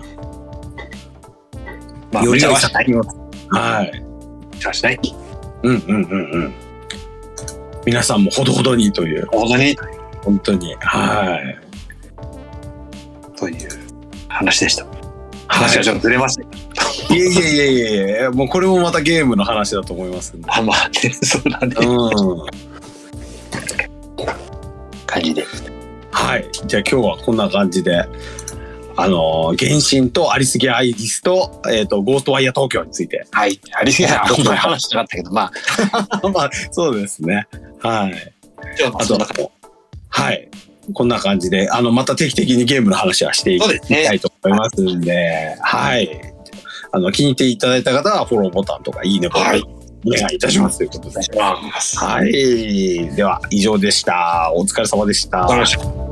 A: まあより良い作品を。はい。
B: じゃあしない。
A: うんうんうんうん。皆さんもほどほどにという。
B: ほどほどに。
A: 本当に。はい。
B: という話でした。話がちょっとずれました。
A: いやいやいやいやいや、もうこれもまたゲームの話だと思いますんで。
B: あ、まあね、そうだね。うん。感じで。
A: はい。じゃあ今日はこんな感じで、あのー、原神とアリスギアアイリスと、えっと、ゴーストワイヤー東京について。
B: はい。アリスギアは本当に話したかったけど、ま
A: あ。まあ、そうですね。はい。あと、はい。こんな感じで、あの、また定期的にゲームの話はしていきたいと思いますんで、ね、はい。あの、気に入っていただいた方はフォローボタンとかいいねボタン、はい、お願いいたしますということで。はい。では、以上でした。お疲れ様でした。